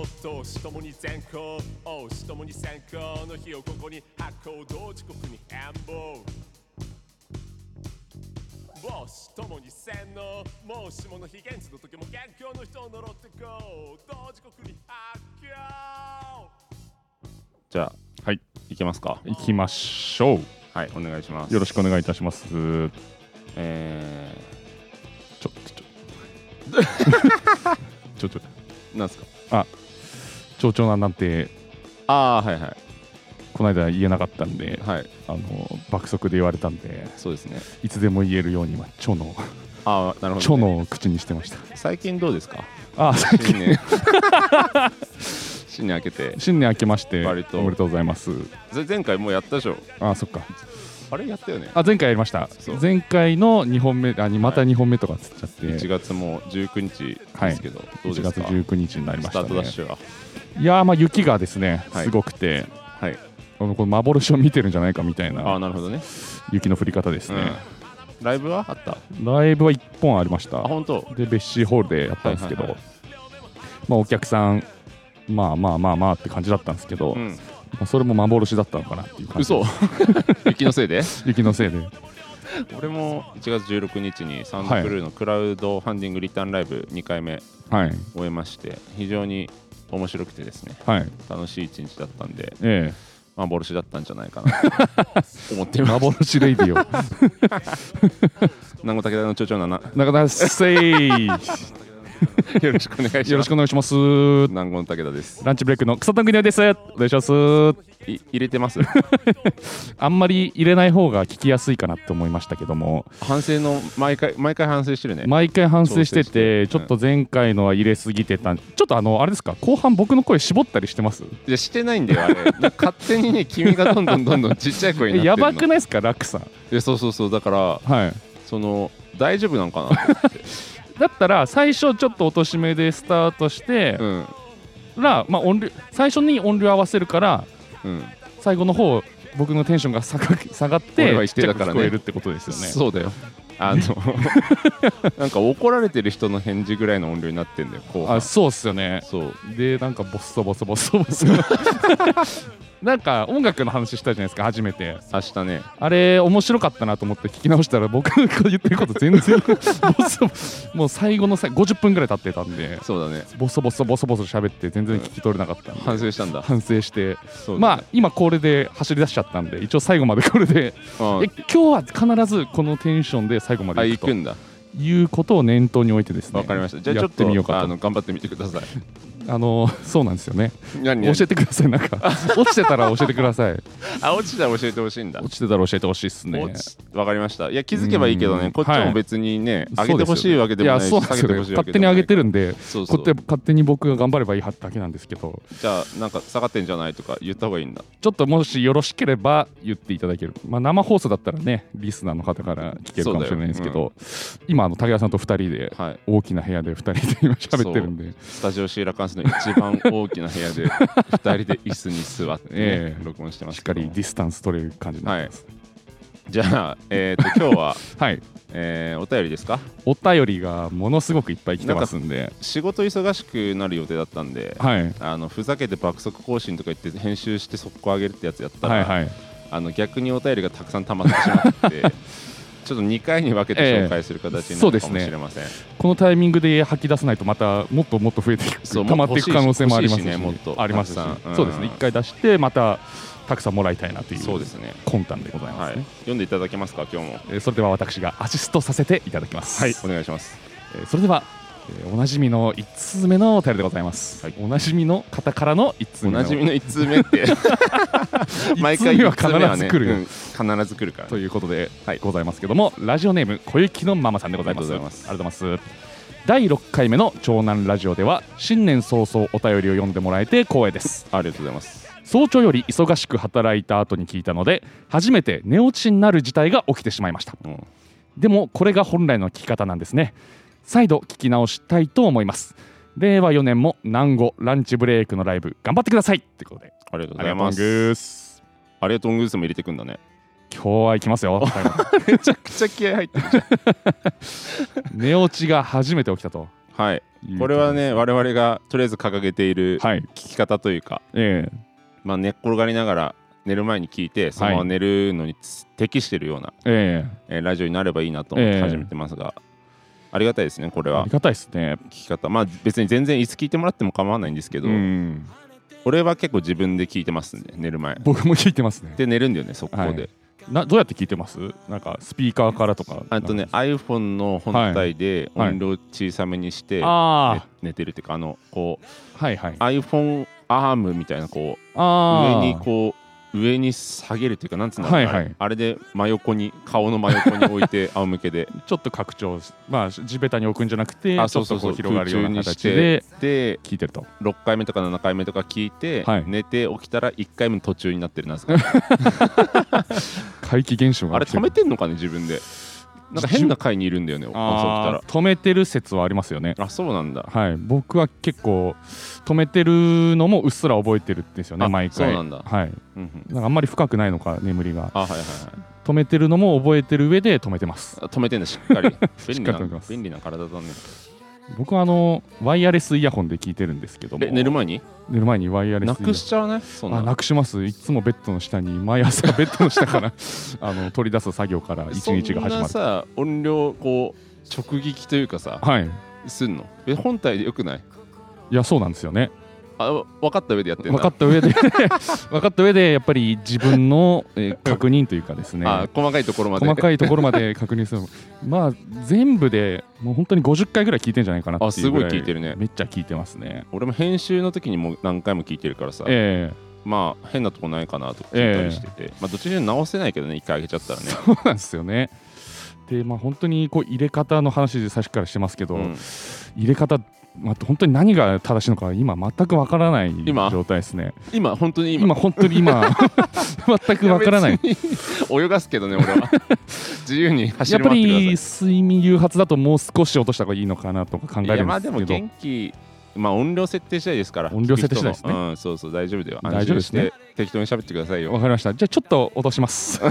投資ともに全校王子ともに先行の日をここに発行同時刻に変貌ボスともに洗脳もしもの非現実の時も元凶の人を呪ってこう同時刻に発狂。 じゃあはい行きますか。 行きましょう。 はい、お願いします。 よろしくお願いいたします。 なんすか。 長々なんてはいはい。 この間言えなかったんで、 はい、 爆速で言われたんで、 そうですね。 いつでも言えるようにはチョのなるほど、ね、 チョの口にしてました。 最近どうですか。 最近新年明けて。 新年明けまして割とおめでとうございます。 前回もうやったでしょ。 そっか。 あれやったよね。 前回やりました。前回の2本目また2本目とかつっちゃって、 1月も19日ですけど、どうですか。 1月19日になりましたね。 スタートダッシュは。 いや雪がですね、すごくて、 はい、 この幻を見てるんじゃないかみたいな。 なるほどね。 雪の降り方ですね。 ライブはあった？ ライブは1本ありました。 本当？でベッシーホールでやったんですけど、お客さんまあって感じだったんですけど、それも幻だったのかなっていう感じ。 嘘雪のせいで雪のせいで俺も1月16日にサウンドクルーのクラウドファンディングリターンライブ2回目終えまして、非常に面白くてですね、楽しい一日だったんで、幻だったんじゃないかなと思っています。 幻レイディオ南郷武田の町長中田せいよろしくお願いします。 よろしくお願いします。 南郷武田です。 ランチブレイクの草田国です。お願いします。 入れてますあんまり入れない方が聞きやすいかなと思いましたけども、 反省の毎回反省してるね。 毎回反省してて、ちょっと前回のは入れすぎてた。ちょっとあれですか、後半僕の声絞ったりしてます？ いやしてないんだよあれ勝手にね君がどんどんちっちゃい声になってるの。 やばくないですか、ラックさん。 そうだから、大丈夫なのかなってだったら最初ちょっと落とし目でスタートして、音量最初に音量合わせるから、最後の方僕のテンションが下がってちっちゃく聞こえるってことですよね。 そうだよ。なんか怒られてる人の返事ぐらいの音量になってんだよ後半。 そうっすよね。でなんかボソボソなんか音楽の話したじゃないですか、初めて。 明日ね。 あれ面白かったなと思って聞き直したら、僕が言ってること全然もう最後の50分ぐらい経ってたんで、 そうだね、 ボソボソ喋って全然聞き取れなかったんで、 反省したんだ。 反省して、今これで走り出しちゃったんで、一応最後までこれで今日は必ずこのテンションで最後まで行くと行くんだいうことを念頭に置いてですね。 わかりました。じゃあちょっと頑張ってみてください。 そうなんですよね。教えてください。なんか落ちてたら教えてください。 落ちたら教えてほしいんだ。 落ちてたら教えてほしいっすね。 わかりました。いや気づけばいいけどね、こっちも別にね上げてほしいわけでもないし、下げてほしいわけでもない。 勝手に上げてるんで、勝手に僕が頑張ればいいだけなんですけど。 じゃあなんか下がってんじゃないとか言った方がいいんだ。 ちょっともしよろしければ言っていただける。生放送だったらね、リスナーの方から聞けるかもしれないんですけど、今武田さんと2人で大きな部屋で2人で今喋ってるんで、 スタジオシーラカンスの一番大きな部屋で2人で椅子に座って録音してます。 しっかりディスタンス取れる感じになってます。 じゃあ今日はお便りですか。 お便りがものすごくいっぱい来てますんで、 仕事忙しくなる予定だったんで、ふざけて爆速更新とか言って編集して速攻上げるってやつやったら、逆にお便りがたくさん溜まってしまってちょっと2回に分けて紹介する形になるかもしれません。 このタイミングで吐き出さないとまたもっともっと増えていく、溜まっていく可能性もありますし、ありますし、そうですね。1回出してまたたくさんもらいたいなという魂胆でございますね。 読んでいただけますか今日も。 それでは私がアシストさせていただきます。 はい、お願いします。 それではおなじみの1通目のお便りでございます。おなじみの方からの1通目。 おなじみの1通目って毎回は必ず来るよ。 必ず来るからということでございますけども、ラジオネーム小雪のママさんでございます。ありがとうございます。第6回目の長男ラジオでは新年早々お便りを読んでもらえて光栄です。 ありがとうございます。 早朝より忙しく働いた後に聞いたので、初めて寝落ちになる事態が起きてしまいました。でもこれが本来の聞き方なんですね。再度聞き直したいと思います。令和4年も南郷ランチブレイクのライブ頑張ってくださいってことで、 ありがとうございます。ありがとうグースも入れてくんだね。 今日は行きますよ。 めちゃくちゃ気合入ってるじゃん寝落ちが初めて起きたとはい、これはね我々がとりあえず掲げている聞き方というか、まあ、寝っ転がりながら寝る前に聞いてそのまま寝るのに適しているような、ラジオになればいいなと思って始めてますが、ありがたいですね。これはありがたいですね。 聞き方、まあ別に全然いつ聞いてもらっても構わないんですけど、俺は結構自分で聞いてますんで、寝る前。 僕も聞いてますね。 で寝るんだよね、速攻で。 どうやって聞いてます？なんかスピーカーからとか。 iPhone の本体で音量小さめにして、寝てるっていうか、こう、iPhone アームみたいなこう上に下げるっていうか、なんつうんだろう、あれで真横に顔の真横に置いて仰向けでちょっと拡張、まあ地べたに置くんじゃなくて、ちょっとこう広がるような形で聞いてると。 6回目とか7回目とか聞いて、寝て起きたら1回目の途中になってるなぜか怪奇現象があれ止めてんのかね、自分で。なんか変な回にいるんだよね、 止めてる説はありますよね。 あ、そうなんだ。 はい、僕は結構止めてるのもうっすら覚えてるんですよね、毎回。 そうなんだ。 はい、なんかあんまり深くないのか、眠りが。 はいはいはい。 止めてるのも覚えてる上で止めてます。 止めてんだ、しっかり。便利な体だね。 僕はワイヤレスイヤホンで聞いてるんですけども。 寝る前にワイヤレスなくしちゃわない？そんな。 なくします。いつもベッドの下に、毎朝ベッドの下から取り出す作業から一日が始まる。 そんなさ、音量こう直撃というかさ、すんの？本体でよくない？ いや、そうなんですよね。 分かった上でやってんだ。 分かった上でやっぱり自分の確認というかですね、 細かいところまで確認するまあ全部でもう本当に50回ぐらい聞いてんじゃないかなっていうぐらい。 すごい聞いてるね。 めっちゃ聞いてますね。 俺も編集の時にも何回も聞いてるからさ、まあ変なとこないかなと聞いたりしてて、まあどっちに直せないけどね、一回上げちゃったらね。 そうなんですよね。で、まあ本当にこう入れ方の話で最初からしてますけど、入れ方本当に何が正しいのか今全くわからない状態ですね。 本当に今全くわからない。 泳がすけどね、俺は自由に走り回ってください。 やっぱり睡眠誘発だともう少し落とした方がいいのかなとか考えるんですけど。いや、 まあでも元気、まあ音量設定次第ですから。 音量設定次第ですね。 そうそう、大丈夫だよ。 大丈夫ですね。 適当に喋ってくださいよ。 わかりました。じゃあちょっと落とします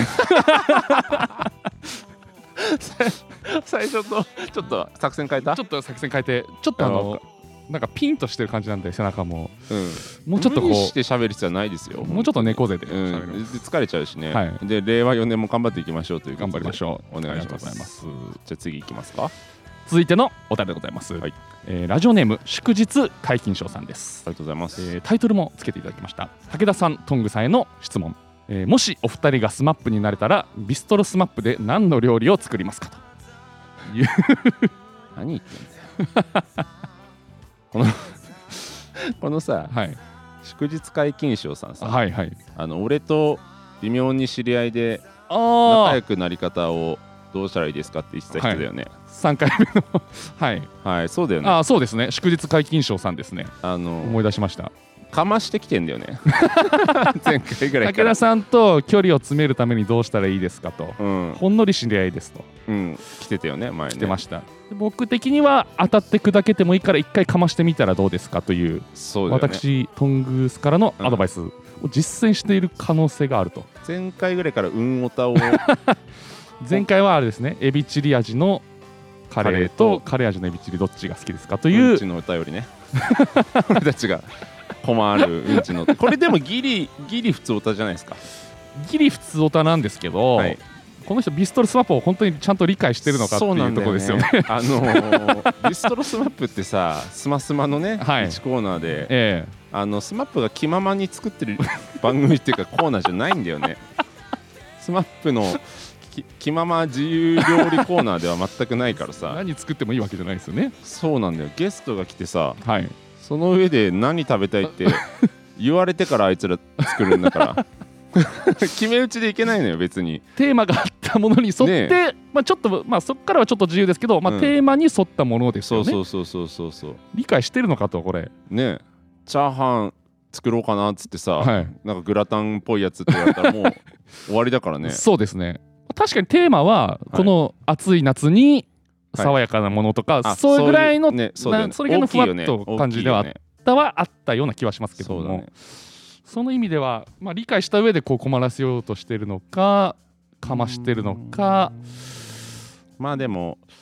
最初とちょっと作戦変えた？ ちょっと作戦変えて、ちょっとなんかピンとしてる感じなんで、背中も、もうちょっとこう無理して喋る必要はないですよ。 もうちょっと猫背で疲れちゃうしね。で、令和4年も頑張っていきましょうという頑張りましょう。お願いします。じゃあ次いきますか。 続いてのお便りでございます。ラジオネーム祝日皆勤賞さんです。 ありがとうございます。 タイトルもつけていただきました。武田さん、トングさんへの質問。もしお二人がスマップになれたらビストロスマップで何の料理を作りますかという何言ってんだよこのさ、祝日皆勤賞さんさ、俺と微妙に知り合いで仲良くなり方をどうしたらいいですかって言ってた人だよね。 3回目のそうだよね。 そうですね。祝日皆勤賞さんですね。思い出しました。 かましてきてんだよね前回ぐらいから。武田さんと距離を詰めるためにどうしたらいいですかと、ほんのり知り合いですと、 来てたよね、前ね。 来てました。僕的には当たって砕けてもいいから一回かましてみたらどうですかという、私トングスからのアドバイスを実践している可能性があると。 前回ぐらいからオタを前回はあれですね、エビチリ味のカレーとカレー味のエビチリどっちが好きですかという、 うちの歌よりね俺たちが困るうんちのこれでもギリ普通オタじゃないですか。 ギリ普通オタなんですけど、この人ビストロスマップを本当にちゃんと理解してるのかっていうところですよね。 ビストロスマップってさ、スマスマのね、1コーナーで、スマップが気ままに作ってる番組っていうかコーナーじゃないんだよね。スマップの気まま自由料理コーナーでは全くないからさ何作ってもいいわけじゃないですよね。 そうなんだよ。ゲストが来てさ、その上で何食べたいって言われてからあいつら作るんだから決め打ちでいけないのよ。別にテーマがあったものに沿って、ちょっとそこからはちょっと自由ですけど、テーマに沿ったものですよね。 そう理解してるのかと。これね、チャーハン作ろうかなっつってさ、なんかグラタンっぽいやつって言われたらもう終わりだからね。 そうですね。確かにテーマはこの暑い夏に爽やかなものとか、そういうぐらいの、それぐらいのふわっと感じではあったような気はしますけども、その意味では、理解した上でこう困らせようとしてるのかかましてるのか。 でも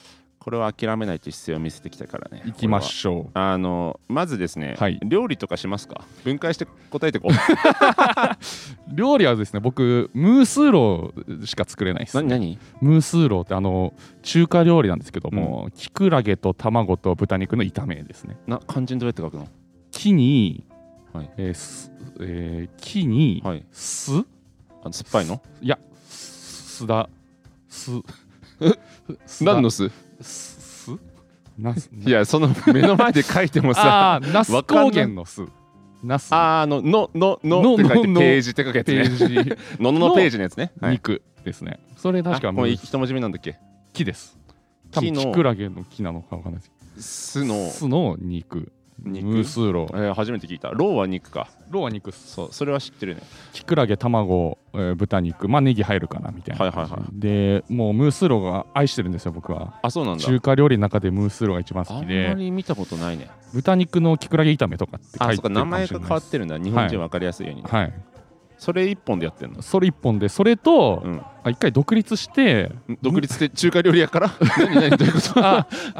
これは諦めないという姿勢を見せてきたからね。 行きましょう。まずですね、はい、料理とかしますか？分解して答えてこう。 料理はですね、僕ムースーローしか作れないです、ね。 何？ ムースーローって中華料理なんですけども、キクラゲと卵と豚肉の炒めですね。 漢字どうやって書くの？ 木に、 はい、 木に、 はい、 酢？ 酸っぱいの？ いや、酢だ。酢。 何の酢？ ナス。 いや、その目の前で書いてもさ、 ナス高原の酢。ナス。 のって書いてページって書くやつね。のページのやつね。 肉ですね。それ確かもう一文字目なんだっけ？ 木です。多分キクラゲの木なのかわかんないです。 す。酢の肉。ムースーロー。 初めて聞いた。ローは肉か。 ローは肉。 そう、それは知ってるね。 キクラゲ、卵、豚肉、ネギ入るかなみたいな。で、もうムースーローが愛してるんですよ、僕は。 あ、そうなんだ。 中華料理の中でムースーローが一番好きで。 あんまり見たことないね。 豚肉のキクラゲ炒めとかって書いてるかもしれない。あ、そうか、 名前が変わってるんだ。日本人分かりやすいように。 はい。 それ一本でやってんの？ それ一本で、それと一回独立して。 独立って中華料理やから？何どういうこと？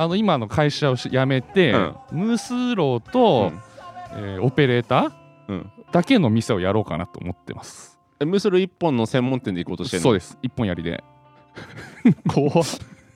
今の会社を辞めて、ムースーローとオペレーターだけの店をやろうかなと思ってます。 ムースーロー一本の専門店で行こうとしてるの？ そうです、一本やりで。 怖っ。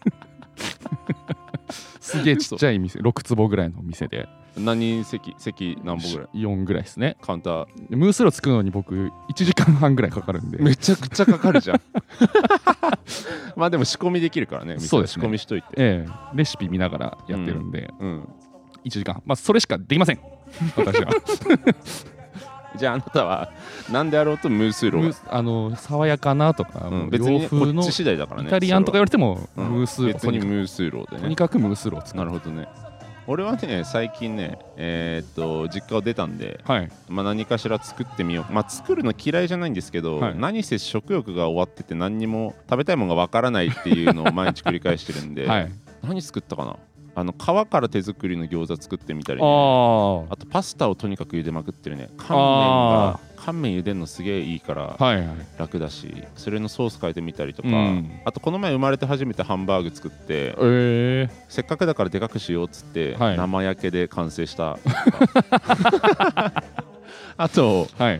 すげえちっちゃい店、6坪ぐらいの店で。 何席何本ぐらい ？4ぐらいですね。 カウンター。 ムースーロー作るのに僕1時間半ぐらいかかるんで。 めちゃくちゃかかるじゃん。まあでも仕込みできるからね。 そうですね、 仕込みしといて、 レシピ見ながらやってるんで、1時間半、それしかできません、私は。 じゃああなたは何であろうとムースーロー爽やかなとか、 別にこっち次第だからね。 イタリアンとか言われてもムースーロー、 別にムースーローでね、 とにかくムースーロー作る。 なるほどね。俺はね、最近ね、実家を出たんで、何かしら作ってみよう。作るの嫌いじゃないんですけど、何せ食欲が終わってて何にも食べたいものがわからないっていうのを毎日繰り返してるんで、何作ったかな。皮から手作りの餃子作ってみたり、ね、あとパスタをとにかく茹でまくってるね。乾麺茹でるのすげえいいから楽だし、それのソース変えてみたりとか、あとこの前生まれて初めてハンバーグ作って、せっかくだからでかくしようっつって、生焼けで完成した。あと、麻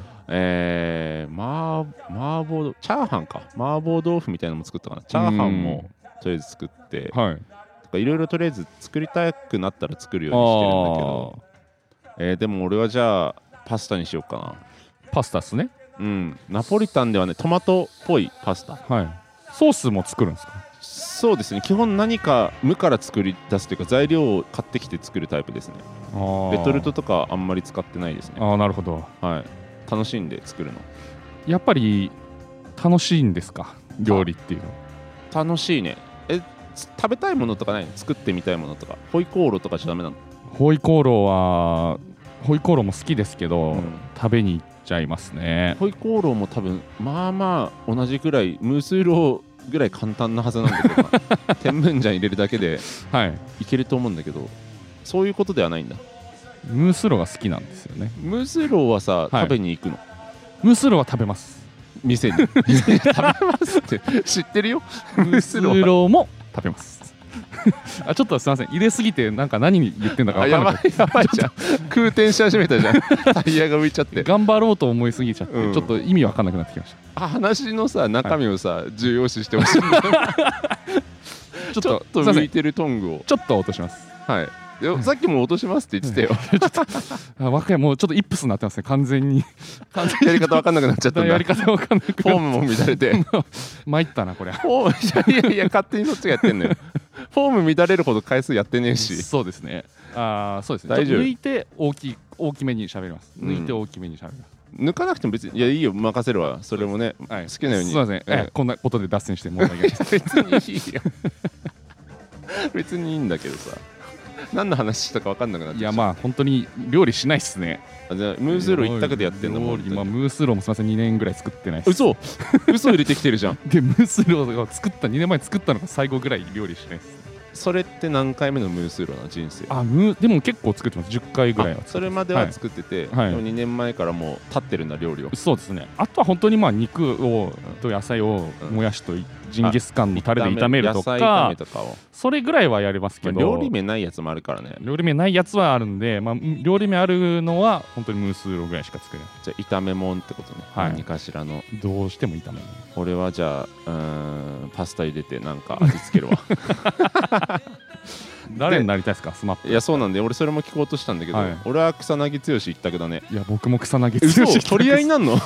婆チャーハンか、麻婆豆腐みたいなのも作ったかな。チャーハンもとりあえず作って、いろいろとりあえず作りたくなったら作るようにしてるんだけど、でも俺はじゃあパスタにしようかな。 パスタっすね。 ナポリタンではね、トマトっぽいパスタ。 ソースも作るんですか？ そうですね、基本何か無から作り出すというか材料を買ってきて作るタイプですね。レトルトとかあんまり使ってないですね。 なるほど。 楽しんで作るの。 やっぱり楽しいんですか、料理っていうの？ 楽しいね。食べたいものとかない？作ってみたいものとか。ホイコーローとかじゃダメなの？ ホイコーローも好きですけど、食べに行っちゃいますね。 ホイコーローも多分同じぐらい、ムースーローぐらい簡単なはずなんだけどな。甜麺醤入れるだけでいけると思うんだけど、そういうことではないんだ。 ムースーローが好きなんですよね。 ムースーローはさ、食べに行くの？ ムースーローは食べます。 店に食べますって知ってるよ。 ムースーローも食べます。ちょっとすみません、入れすぎて何言ってんだか分からなかった。 やばいじゃん。空転し始めたじゃん。タイヤが浮いちゃって。 頑張ろうと思いすぎちゃって、ちょっと意味分かんなくなってきました。 話のさ、中身をさ、重要視してほしい。ちょっと浮いてるトングをちょっと落とします。 さっきも落としますって言ってたよ。 若い、もうちょっとイップスになってますね、完全に。 やり方分かんなくなっちゃったんだ。 やり方分かんなくなって、 フォームも乱れて。 参ったなこれ。 いや勝手にそっちがやってんのよ。フォーム乱れるほど回数やってねえし。 そうですね。そうですね。 大丈夫。 抜いて大きめに喋ります。抜いて大きめに喋ります。 抜かなくても別に、いやいいよ、任せるわ。それもね、好きなように。 すみません、こんなことで脱線して申し訳ないです。 別にいいよ。別にいいんだけどさ。何の話したか分かんなくなっちゃう。 いや本当に料理しないっすね。 じゃあムースーロー一択でやってんの？ ムースーローもすみません、2年ぐらい作ってないっす。 嘘入れてきてるじゃん。 でムースーローが2年前作ったのが最後ぐらい料理しないっす。 それって何回目のムースーローな人生？ でも結構作ってます。10回ぐらいは。 それまでは作ってて、でも2年前からもう立ってるんだ、料理を。 そうですね。あとは本当に肉と野菜をもやしとジンギスカンのタレで炒めるとか、 野菜炒めとかをそれぐらいはやれますけど、 料理名ないやつもあるからね。 料理名ないやつはあるんで、料理名あるのは本当にムースーローぐらいしか作れない。 じゃあ炒めもんってことね、何かしらの。 どうしても炒めもん。 俺はじゃあパスタ入れてなんか味付けるわ誰になりたいですか、スマップ。 いやそうなんで、俺それも聞こうとしたんだけど、俺は草薙剛一択だね。 いや僕も草薙剛取り合いになんの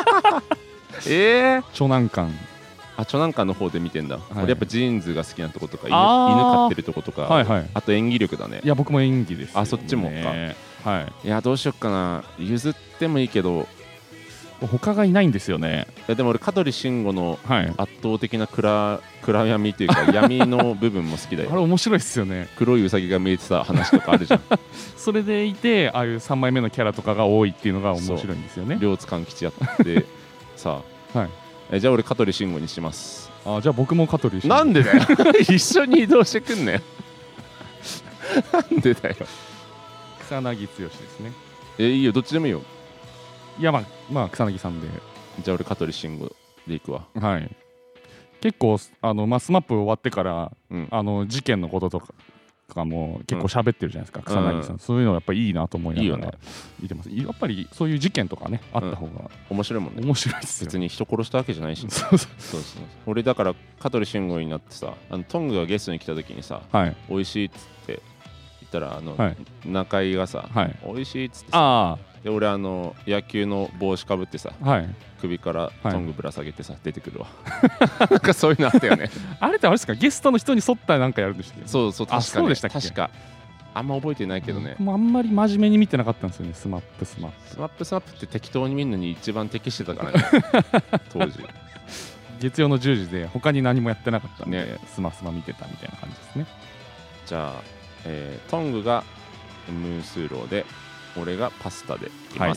長男館。 長男館の方で見てんだ。俺やっぱジーンズが好きなとことか、犬飼ってるとことか、あと演技力だね。 いや僕も演技ですよね。 そっちもか。いやどうしよっかな、譲ってもいいけど他がいないんですよね。 いやでも俺香取慎吾の圧倒的な暗闇というか闇の部分も好きだよ。 あれ面白いっすよね。 黒いウサギが見えてた話とかあるじゃんそれでいてああいう3枚目のキャラとかが多いっていうのが面白いんですよね。 両津勘吉やってさあ、じゃあ俺香取慎吾にします。 じゃあ僕も香取慎吾。 なんでだよ一緒に移動してくんねなんでだよ。 草薙剛ですね。 いいよ、どっちでもいいよ。 いやまあ草薙さんで。 じゃあ俺香取慎吾でいくわ。 結構スマップ終わってから、事件のこととかも結構喋ってるじゃないですか、草薙さん。そういうのやっぱりいいなと思いながら見てます。やっぱりそういう事件とかねあった方が面白いもんね。 面白いですよ。 別に人殺したわけじゃないし。俺だから香取慎吾になってさ、トングがゲストに来た時にさ、美味しいっつって言ったら中居がさ、美味しいっつってさ、で俺野球の帽子かぶってさ、首からトングぶら下げてさ、出てくるわなんかそういうのあったよねあれってあれですか、ゲストの人に沿ったなんかやるんでしたっけ。 そう確かに。 そうでしたっけ。 確かあんま覚えてないけどね。 もうあんまり真面目に見てなかったんですよね、スマップって適当に見るのに一番適してたからね当時月曜の10時で他に何もやってなかったんで、スマ見てたみたいな感じですね。 じゃあ、トングがムースーローで俺がパスタでいきます、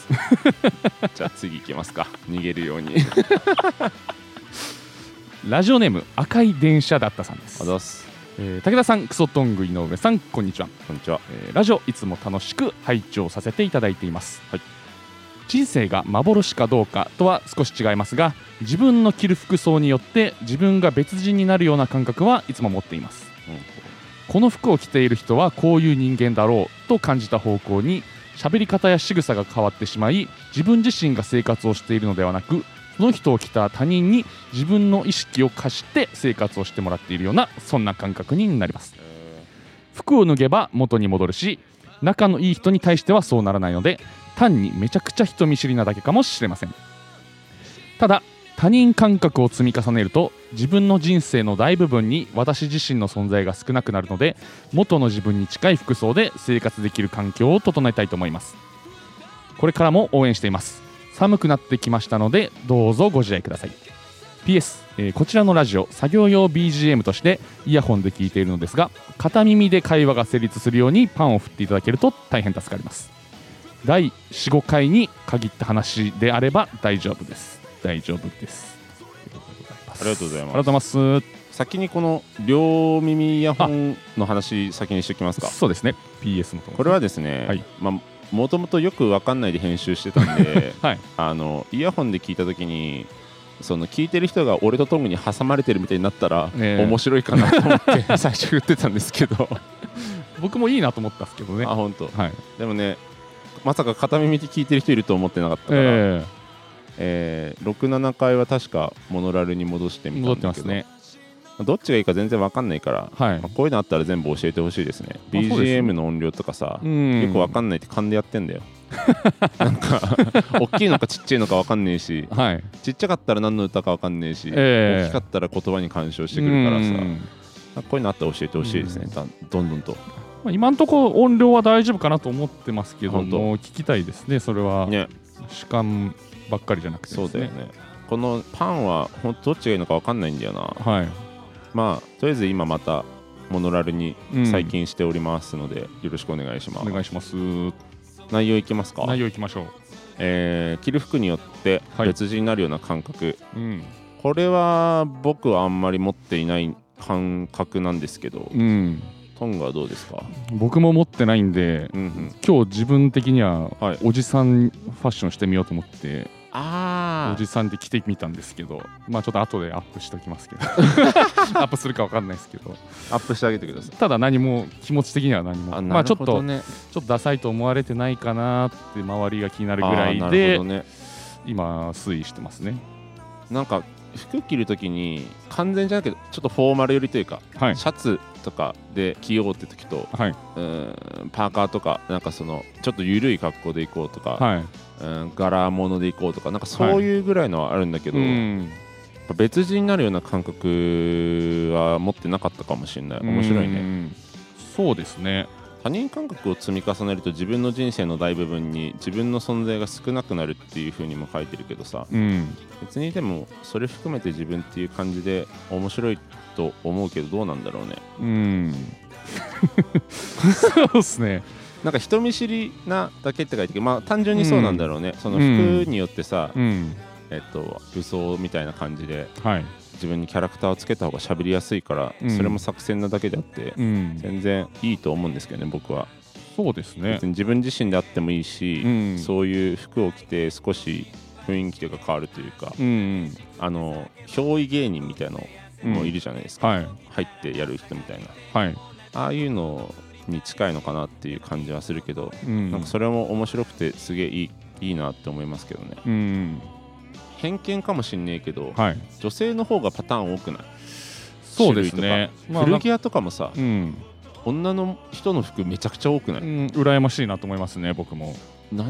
じゃあ次いきますか、逃げるようにラジオネーム赤い電車だったさんです。武田さん、クソトング井上さん、こんにちは。 こんにちは。 ラジオいつも楽しく拝聴させていただいています、人生が幻かどうかとは少し違いますが、自分の着る服装によって自分が別人になるような感覚はいつも持っています、この服を着ている人はこういう人間だろうと感じた方向に喋り方や仕草が変わってしまい、自分自身が生活をしているのではなく、その人を着た他人に自分の意識を貸して生活をしてもらっているような、そんな感覚になります。服を脱げば元に戻るし、仲のいい人に対してはそうならないので、単にめちゃくちゃ人見知りなだけかもしれません。ただ他人感覚を積み重ねると、自分の人生の大部分に私自身の存在が少なくなるので、元の自分に近い服装で生活できる環境を整えたいと思います。これからも応援しています。寒くなってきましたのでどうぞご自愛ください。 PS、こちらのラジオ作業用 BGM としてイヤホンで聞いているのですが、片耳で会話が成立するようにパンを振っていただけると大変助かります。第 4,5 回に限った話であれば大丈夫です。ありがとうございます。ありがとうございます。 先にこの両耳イヤホンの話先にしておきますか。 そうですね。 PS のこれはですね、もともとよく分かんないで編集してたんで、イヤホンで聞いた時に聞いてる人が俺とトングに挟まれてるみたいになったら、面白いかなと思って最初言ってたんですけど僕もいいなと思ったんですけどね。 本当。でもね、まさか片耳で聞いてる人いると思ってなかったから、6、7回は確かモノラルに戻してみたんだけど、どっちがいいか全然分かんないから、こういうのあったら全部教えてほしいですね。BGM の音量とかさ、よく分かんないって勘でやってんだよなんか大きいのかちっちゃいのか分かんねえし、ちっちゃかったら何の歌か分かんねえし、大きかったら言葉に干渉してくるからさ、こういうのあったら教えてほしいですね、どんどんと。 今のところ音量は大丈夫かなと思ってますけども、聞きたいですね、それは。主観ばっかりじゃなくてですね。 そうだよね。このパンはどっちがいいのか分かんないんだよな。まあとりあえず今またモノラルに最近しておりますので、よろしくお願いします。 お願いします。 内容いきますか。 内容いきましょう。 着る服によって別人になるような感覚、これは僕はあんまり持っていない感覚なんですけど、トングはどうですか。 僕も持ってないんで、今日自分的にはおじさんファッションしてみようと思っておじさんで着てみたんですけど、まあちょっと後でアップしておきますけどアップするか分かんないですけど、 アップしてあげてください。 ただ何も気持ち的には何も、まあちょっとダサいと思われてないかなって周りが気になるぐらいで、今推移してますね。 なんか服着るときに完全じゃなくてちょっとフォーマル寄りというか、シャツとかで着ようって時と、パーカーとかなんかそのちょっと緩い格好で行こうとか、柄物で行こうとかなんかそういうぐらいのはあるんだけど、別人になるような感覚は持ってなかったかもしれない。面白いね。 そうですね。 他人感覚を積み重ねると自分の人生の大部分に自分の存在が少なくなるっていう風にも書いてるけどさ、別にでもそれ含めて自分っていう感じで面白いと思うけどどうなんだろうね。 そうですね。 なんか人見知りなだけって書いてるけど、まあ単純にそうなんだろうね。その服によってさ、武装みたいな感じで、自分にキャラクターをつけた方が喋りやすいから、それも作戦なだけであって、全然いいと思うんですけどね、僕は。 そうですね。 別に自分自身であってもいいし、そういう服を着て少し雰囲気というか変わるというか、憑依芸人みたいなのもいるじゃないですか、入ってやる人みたいな、ああいうのに近いのかなっていう感じはするけど、なんかそれも面白くてすげえいいなって思いますけどね。偏見かもしんねえけど、女性の方がパターン多くない？ そうですね。 古着屋とかもさ、女の人の服めちゃくちゃ多くない？ 羨ましいなと思いますね、僕も。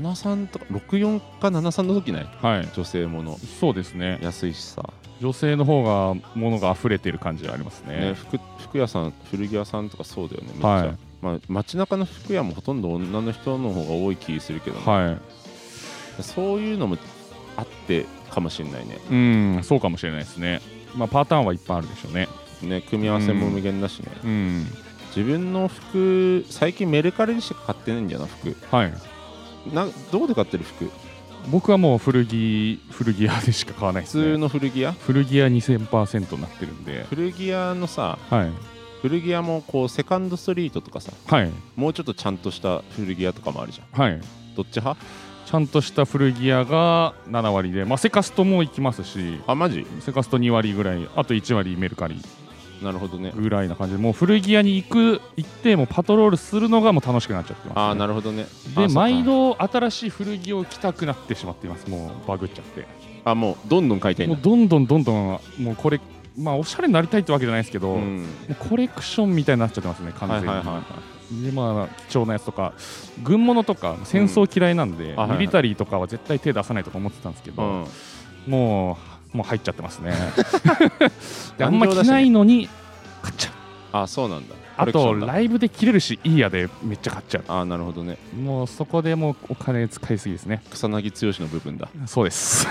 73とか64か73の時ない？女性もの。 そうですね。 安いしさ。 女性の方が物が溢れてる感じがありますね。 服屋さん、古着屋さんとかそうだよね、めっちゃ。まあ、街中の服屋もほとんど女の人の方が多い気するけどね。そういうのもあってかもしれないね。 そうかもしれないですね。まあパターンはいっぱいあるでしょうね。 組み合わせも無限だしね。自分の服最近メルカリでしか買ってないんだよな、服。どこで買ってる服？ 僕はもう古着屋でしか買わないですね。 普通の古着屋？ 古着屋 2000% になってるんで。 古着屋のさ、古着屋もこうセカンドストリートとかさ、もうちょっとちゃんとした古着屋とかもあるじゃん。どっち派？ ちゃんとした古着屋が7割で、まあ、セカストも行きますし。 マジ？ セカスト2割ぐらい、あと1割メルカリ。 なるほどね。 ぐらいな感じで、もう古着屋に行ってもうパトロールするのがもう楽しくなっちゃってます、 ね。なるほどね。 で毎度新しい古着を着たくなってしまっています。もうバグっちゃって。 もうどんどん買いたいんだ。 もうどんどんもうこれ、まあおしゃれになりたいってわけじゃないですけど、もうコレクションみたいになっちゃってますね、完全に。でまあ貴重なやつとか軍物とか戦争嫌いなんで、ミリタリーとかは絶対手出さないとか思ってたんですけど、もう入っちゃってますね。であんま着ないのに買っちゃう。 そうなんだ。 あとライブで着れるしいいやでめっちゃ買っちゃう。 なるほどね。 もうそこでもうお金使いすぎですね。 草薙剛の部分だ。 そうです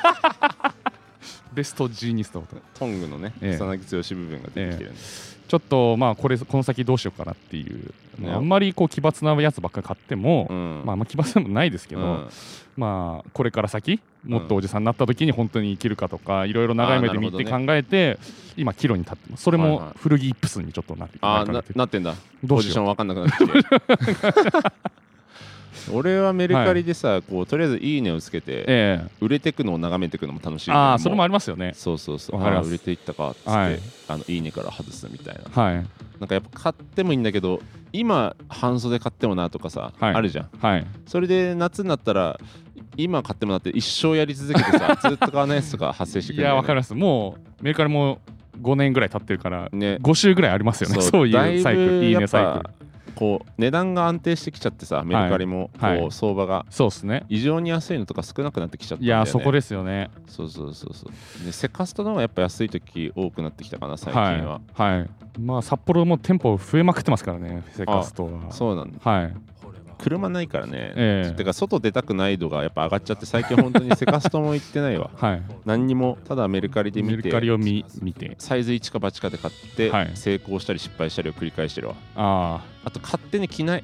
ベストジーニストトングのね、草薙剛部分が出てきてるんで、 ちょっとまあこの先どうしようかなっていう、あんまりこう奇抜なやつばっかり買っても、まああんま奇抜でもないですけど、まあこれから先もっとおじさんになった時に本当に生きるかとかいろいろ長い目で見て考えて、今岐路に立ってます。それも古着イップスにちょっとなってんだ。ポジション分かんなくなってきて俺はメルカリでさ、こうとりあえずいいねをつけて、売れてくのを眺めていくのも楽しい。 それもありますよね。 そう売れていったかっつって、いいねから外すみたいな。なんかやっぱ買ってもいいんだけど、今半袖買ってもなとかさ、あるじゃん。それで夏になったら今買ってもなって一生やり続けてさずっと買わないやつとか発生してくるんだよね。 いやわかります。もうメルカリも5年ぐらい経ってるから5週ぐらいありますよね。そういうサイクル、いいねサイクル。 こう値段が安定してきちゃってさ、メルカリもこう相場が異常に安いのとか少なくなってきちゃったんだよね。いやそこですよね。 そうでセカストの方がやっぱ安い時多くなってきたかな最近は。 まあ札幌も店舗増えまくってますからね、セカストは。 そうなんだ。車ないからね、てか外出たくない度がやっぱ上がっちゃって、最近本当にセカストも行ってないわ。何にもただメルカリで見て、 メルカリを見てサイズ1か8かで買って、成功したり失敗したりを繰り返してるわ。あと勝手に着ない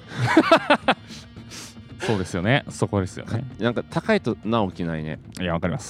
そうですよね、そこですよね。 なんか高いとなお着ないね。 いやわかります。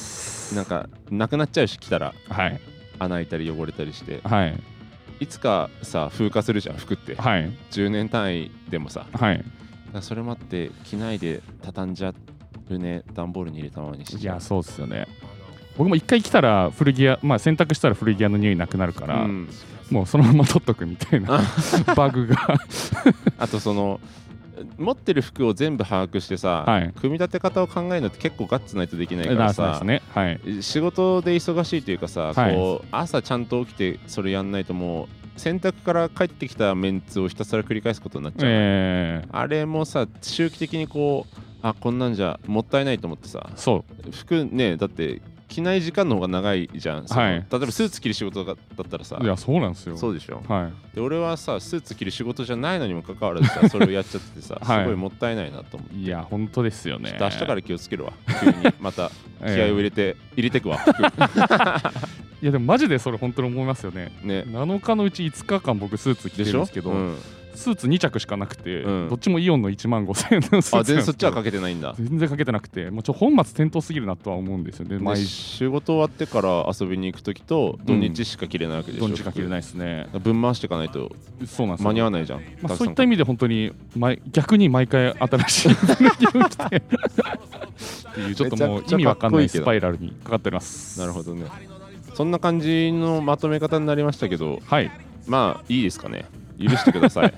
なんかなくなっちゃうし、着たら穴開いたり汚れたりして、いつかさ風化するじゃん服って、10年単位でもさ。それもあって着ないで畳んじゃっね、段ボールに入れたままにして。 いやそうですよね。僕も一回来たら古着屋、まあ洗濯したら古着屋の匂いなくなるから、もうそのまま取っとくみたいなバグがあとその持ってる服を全部把握してさ、組み立て方を考えるのって結構ガッツないとできないからさ、仕事で忙しいというかさ、こう朝ちゃんと起きてそれやんないともう洗濯から帰ってきたメンツをひたすら繰り返すことになっちゃう、あれもさ周期的にこうこんなんじゃもったいないと思ってさ、服ねだって着ない時間の方が長いじゃん、例えばスーツ着る仕事だったらさ、 いやそうなんですよ。 そうでしょ、で俺はさスーツ着る仕事じゃないのにもかかわらずさそれをやっちゃっててさ、すごいもったいないなと思って。 いや本当ですよね。 明日から気をつけるわ、急にまた気合を入れてくわいやでもマジでそれ本当に思いますよね。7日のうち5日間僕スーツ着てるんですけど、スーツ2着しかなくて、どっちもイオンの1万5000円のスーツなんですけど、 全然そっちはかけてないんだ。 全然かけてなくて、もう本末転倒すぎるなとは思うんですよね。 仕事終わってから遊びに行くときと土日しか着れないわけでしょ。 土日しか着れないですね。 分回していかないと間に合わないじゃん。 そういった意味で本当に逆に毎回新しい服を着てっていうちょっともう意味わかんないスパイラルにかかっております。 なるほどね。そんな感じのまとめ方になりましたけど、まあいいですかね。許してください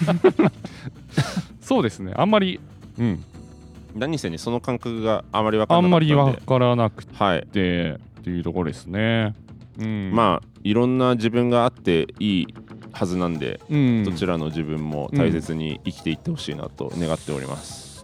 そうですね、あんまり、 何せにその感覚があまり分からなかったんで、 あんまり分からなくて、っていうところですね。 まあいろんな自分があっていいはずなんで、どちらの自分も大切に生きていってほしいなと願っております。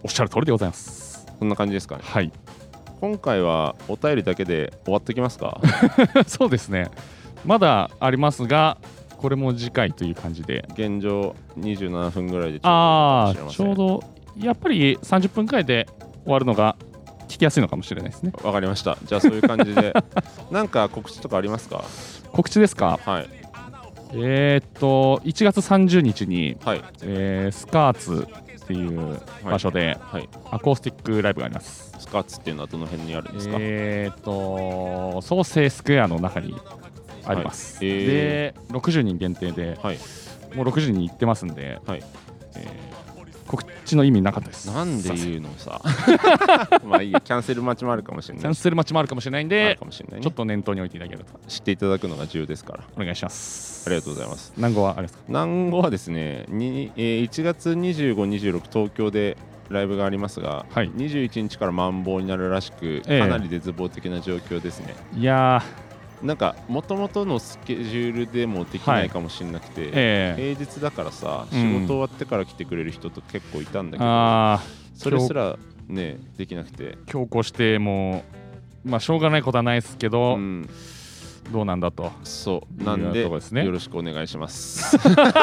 おっしゃる通りでございます。 そんな感じですかね。今回はお便りだけで終わってきますかそうですね、まだありますがこれも次回という感じで、 現状27分ぐらいでちょうどやっぱり30分くらいで終わるのが聞きやすいのかもしれないですね。 わかりました。じゃあそういう感じでなんか告知とかありますか？ 告知ですか？1月30日に、スカーツっていう場所で、アコースティックライブがあります。 スカーツっていうのはどの辺にあるんですか？ 創成スクエアの中にあります。で60人限定で、もう60人行ってますんで、告知の意味なかったです。 なんで言うのさまあいいや、キャンセル待ちもあるかもしれない。 キャンセル待ちもあるかもしれないんで、ちょっと念頭に置いていただけると。 知っていただくのが重要ですからお願いします。 ありがとうございます。 南郷はあれですか？ 南郷はですね、1月25、26東京でライブがありますが、21日からマンボウになるらしく、かなり絶望的な状況ですね。 いやなんか元々のスケジュールでもできないかもしれなくて、平日だからさ、仕事終わってから来てくれる人と結構いたんだけど、それすらねできなくて、 強行してもまあしょうがないことはないですけど、どうなんだと。 そうなんで、よろしくお願いします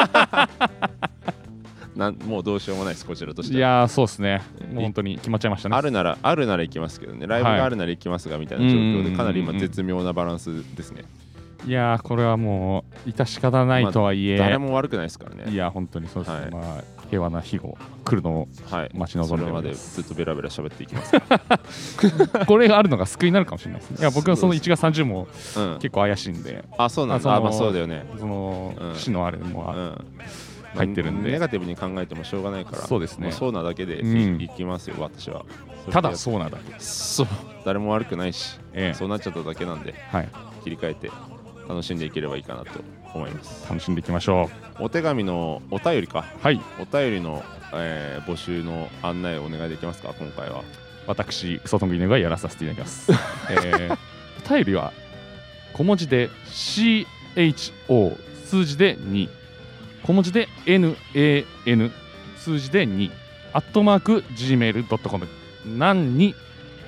もうどうしようもないです、こちらとしては。 いやそうですね、もう本当に決まっちゃいましたね。 あるなら行きますけどね、ライブがあるなら行きますがみたいな状況で、かなり今絶妙なバランスですね。 いやこれはもう致し方ないとはいえ、 誰も悪くないですからね。 いや本当にそうですね、まあ平和な日が来るのを待ち望んでおります。それまでずっとベラベラ喋っていきますからこれがあるのが救いになるかもしれないですね。いや僕はその1月30も結構怪しいんで。 そうなんだ。まあそうだよね。 その死のあれも入ってるんで、 ネガティブに考えてもしょうがないから、 そうですね、 そうなだけでいきますよ、私は。 ただそうなだけ、 そう誰も悪くないし、そうなっちゃっただけなんで、切り替えて楽しんでいければいいかなと思います。 楽しんでいきましょう。お手紙のお便りか、お便りの、募集の案内をお願いできますか？今回は私クソトングイネがやらさせていただきますお便りは小文字で CHO 数字で2、小文字で NAN 数字で2@gmail.com 何に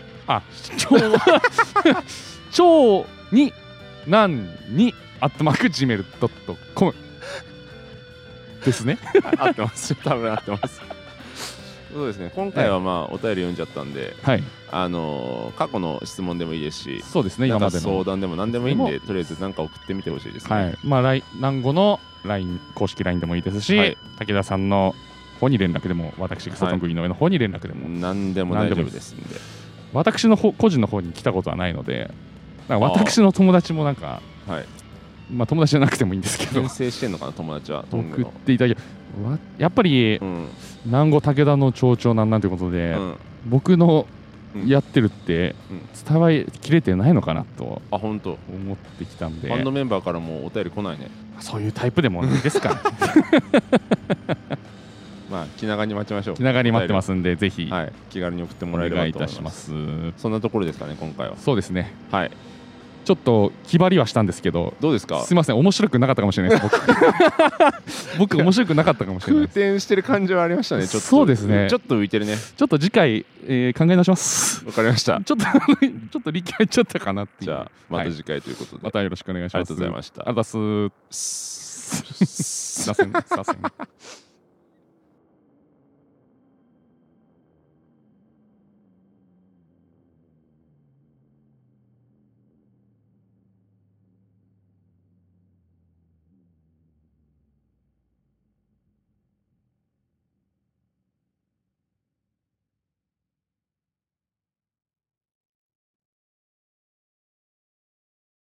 超に何に@gmail.com ですね合ってます多分合ってますそうですね、今回はまあお便り読んじゃったんで、過去の質問でもいいですし、 そうですね、今までの相談でも何でもいいんで、とりあえず何か送ってみてほしいですね。 まあ南郷の LINE 公式 LINE でもいいですし、武田さんの方に連絡でも、私クソトング井上の方に連絡でも何でも大丈夫ですんで、 私の個人の方に来たことはないので、私の友達もなんか、まあ友達じゃなくてもいいんですけど、 転生してんのかな、友達は。 送っていただけ、やっぱり南郷武田の町長なんということで、僕のやってるって伝わりきれてないのかなと本当思ってきたんで、 バンドメンバーからもお便り来ないね。 そういうタイプでもないですかねまあ気長に待ちましょう。 気長に待ってますんで、ぜひ、 気軽に送ってもらえればと思います。 お願いいたします。 そんなところですかね、今回は。 そうですね。 はい。 ちょっと気張りはしたんですけど、 どうですか？ すいません、面白くなかったかもしれないです僕面白くなかったかもしれないです。 空転してる感じはありましたね。ちょっとそうですね。 ちょっと浮いてるね。 ちょっと次回、考え直します。 わかりました。 ちょっと力入っちゃったかなっていう。 じゃあまた次回ということで、 またよろしくお願いします。 ありがとうございました。 ありがとうございます。すいません。